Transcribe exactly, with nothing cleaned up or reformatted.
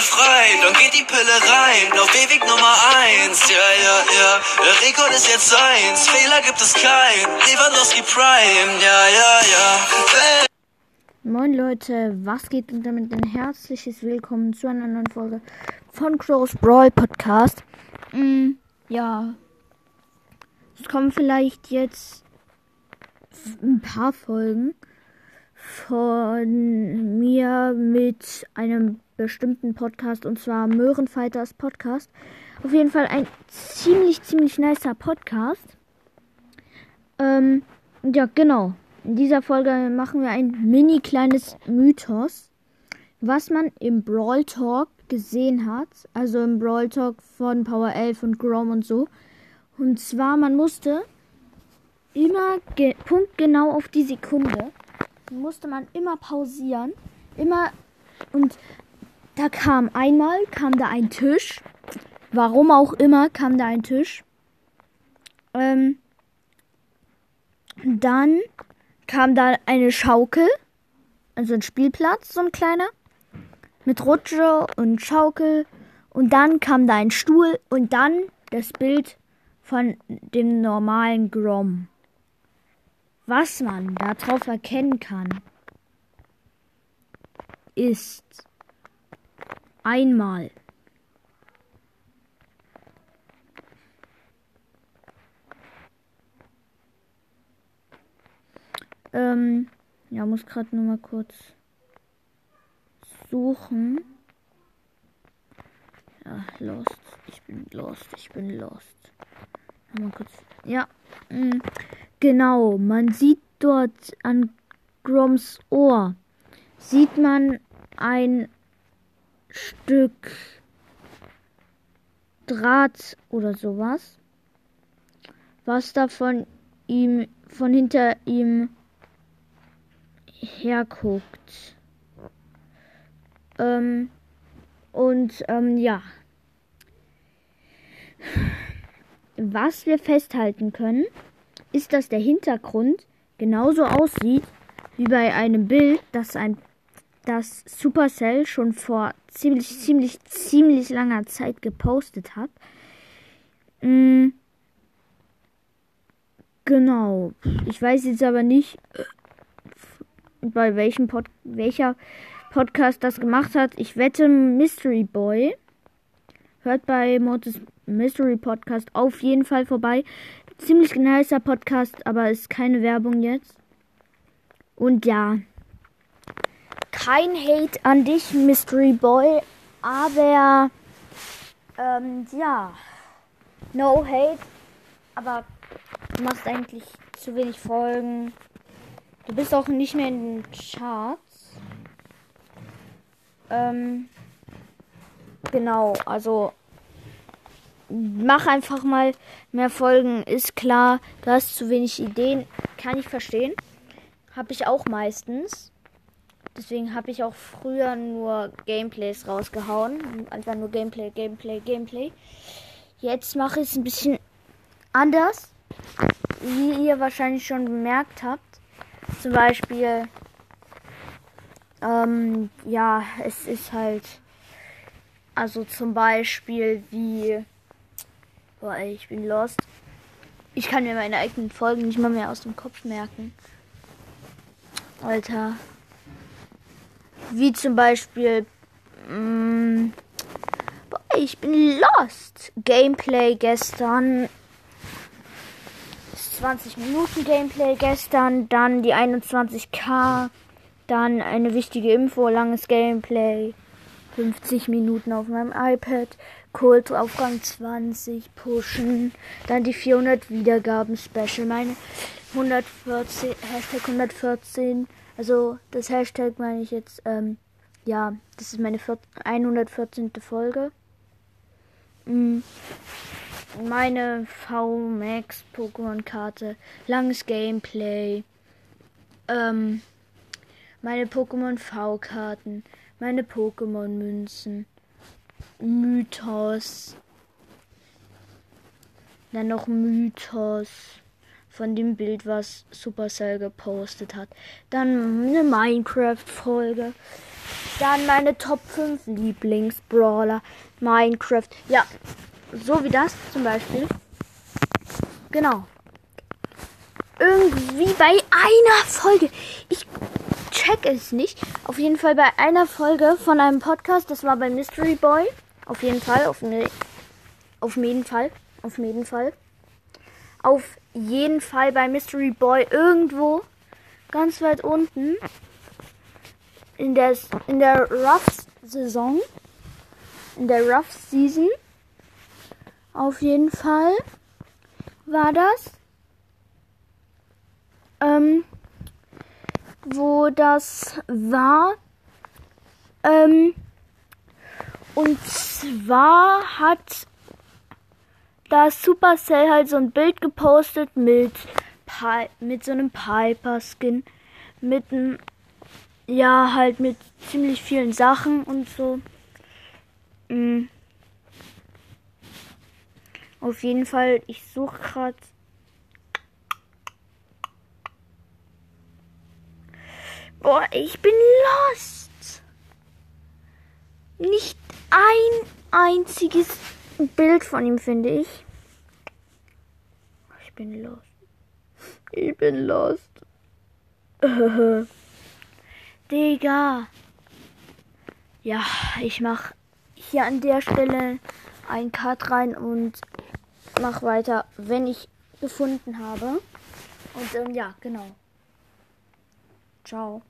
frei, dann geht die Pille rein, auf Ewig Nummer eins. Ja, ja, ja, der Rekord ist jetzt eins, Fehler gibt es kein, Lewandowski Prime. Ja, ja, ja. Moin Leute, was geht und damit ein herzliches Willkommen zu einer neuen Folge von Crow's Brawl Podcast. Mm, ja, es kommen vielleicht jetzt ein paar Folgen von mir mit einem bestimmten Podcast, und zwar Möhrenfighters Podcast. Auf jeden Fall ein ziemlich, ziemlich nicer Podcast. Ähm, ja, genau. In dieser Folge machen wir ein mini kleines Mythos, was man im Brawl Talk gesehen hat. Also im Brawl Talk von Power elf und Grom und so. Und zwar, man musste immer ge- punktgenau auf die Sekunde, musste man immer pausieren. Immer, und da kam einmal, kam da ein Tisch. Warum auch immer kam da ein Tisch. Ähm, dann kam da eine Schaukel, also ein Spielplatz, so ein kleiner, mit Rutsche und Schaukel. Und dann kam da ein Stuhl und dann das Bild von dem normalen Grom. Was man darauf erkennen kann, ist einmal Ähm, ja, muss gerade nur mal kurz suchen. Ja, lost. Ich bin lost. Ich bin lost. Mal kurz. Ja, mh, genau. Man sieht dort an Groms Ohr, sieht man ein Stück Draht oder sowas, was da von ihm, von hinter ihm herguckt. Ähm, und ähm, ja. Was wir festhalten können, ist, dass der Hintergrund genauso aussieht wie bei einem Bild, das ein das Supercell schon vor ziemlich, ziemlich, ziemlich langer Zeit gepostet hat. Mhm. Genau. Ich weiß jetzt aber nicht, bei welchem Pod welcher Podcast das gemacht hat. Ich wette, Mystery Boy. Hört bei Mortis Mystery Podcast auf jeden Fall vorbei. Ziemlich nicer Podcast, aber ist keine Werbung jetzt. Und ja, kein Hate an dich, Mystery Boy, aber ähm, ja, no hate, aber du machst eigentlich zu wenig Folgen. Du bist auch nicht mehr in den Charts. Ähm, genau, also mach einfach mal mehr Folgen, ist klar. Du hast zu wenig Ideen, kann ich verstehen. Habe ich auch meistens. Deswegen habe ich auch früher nur Gameplays rausgehauen. Einfach nur Gameplay, Gameplay, Gameplay. Jetzt mache ich es ein bisschen anders. Wie ihr wahrscheinlich schon bemerkt habt. Zum Beispiel, ähm, ja, es ist halt, also zum Beispiel wie, boah, ey, ich bin lost. Ich kann mir meine eigenen Folgen nicht mal mehr aus dem Kopf merken. Alter. Wie zum Beispiel, mh, boah, ich bin lost. Gameplay gestern. zwanzig Minuten Gameplay gestern. Dann die einundzwanzig K. Dann eine wichtige Info, langes Gameplay. fünfzig Minuten auf meinem iPad. Kult Aufgang zwanzig pushen. Dann die vierhundert Wiedergaben Special. Meine hundertvierzehn, Hashtag hundertvierzehn. Also das Hashtag meine ich jetzt, ähm, ja, das ist meine hundertvierzehnte Folge. Mhm. Meine V-Max Pokémon-Karte. Langes Gameplay. Ähm, meine Pokémon V-Karten. Meine Pokémon-Münzen. Mythos. Dann noch Mythos. von dem Bild, was Supercell gepostet hat. Dann eine Minecraft-Folge. Dann meine Top fünf Lieblings-Brawler. Minecraft. Ja, so wie das zum Beispiel. Genau. Irgendwie bei einer Folge. Ich check es nicht. Auf jeden Fall bei einer Folge von einem Podcast. Das war bei Mystery Boy. Auf jeden Fall. Auf, ne, auf jeden Fall. Auf jeden Fall. Auf jeden Fall bei Mystery Boy irgendwo ganz weit unten in der in der Rough Saison, in der Rough Season. Auf jeden Fall war das, ähm, wo das war, ähm, und zwar hat das Supercell halt so ein Bild gepostet mit Pi- mit so einem Piper-Skin, mit einem, ja, halt mit ziemlich vielen Sachen und so. Mhm. Auf jeden Fall, ich suche gerade. Boah, ich bin lost. Nicht ein einziges Bild von ihm finde ich. Ich bin lost. Ich bin lost. Digga. Ja, ich mach hier an der Stelle einen Cut rein und mach weiter, wenn ich gefunden habe. Und ähm, ja, genau. Ciao.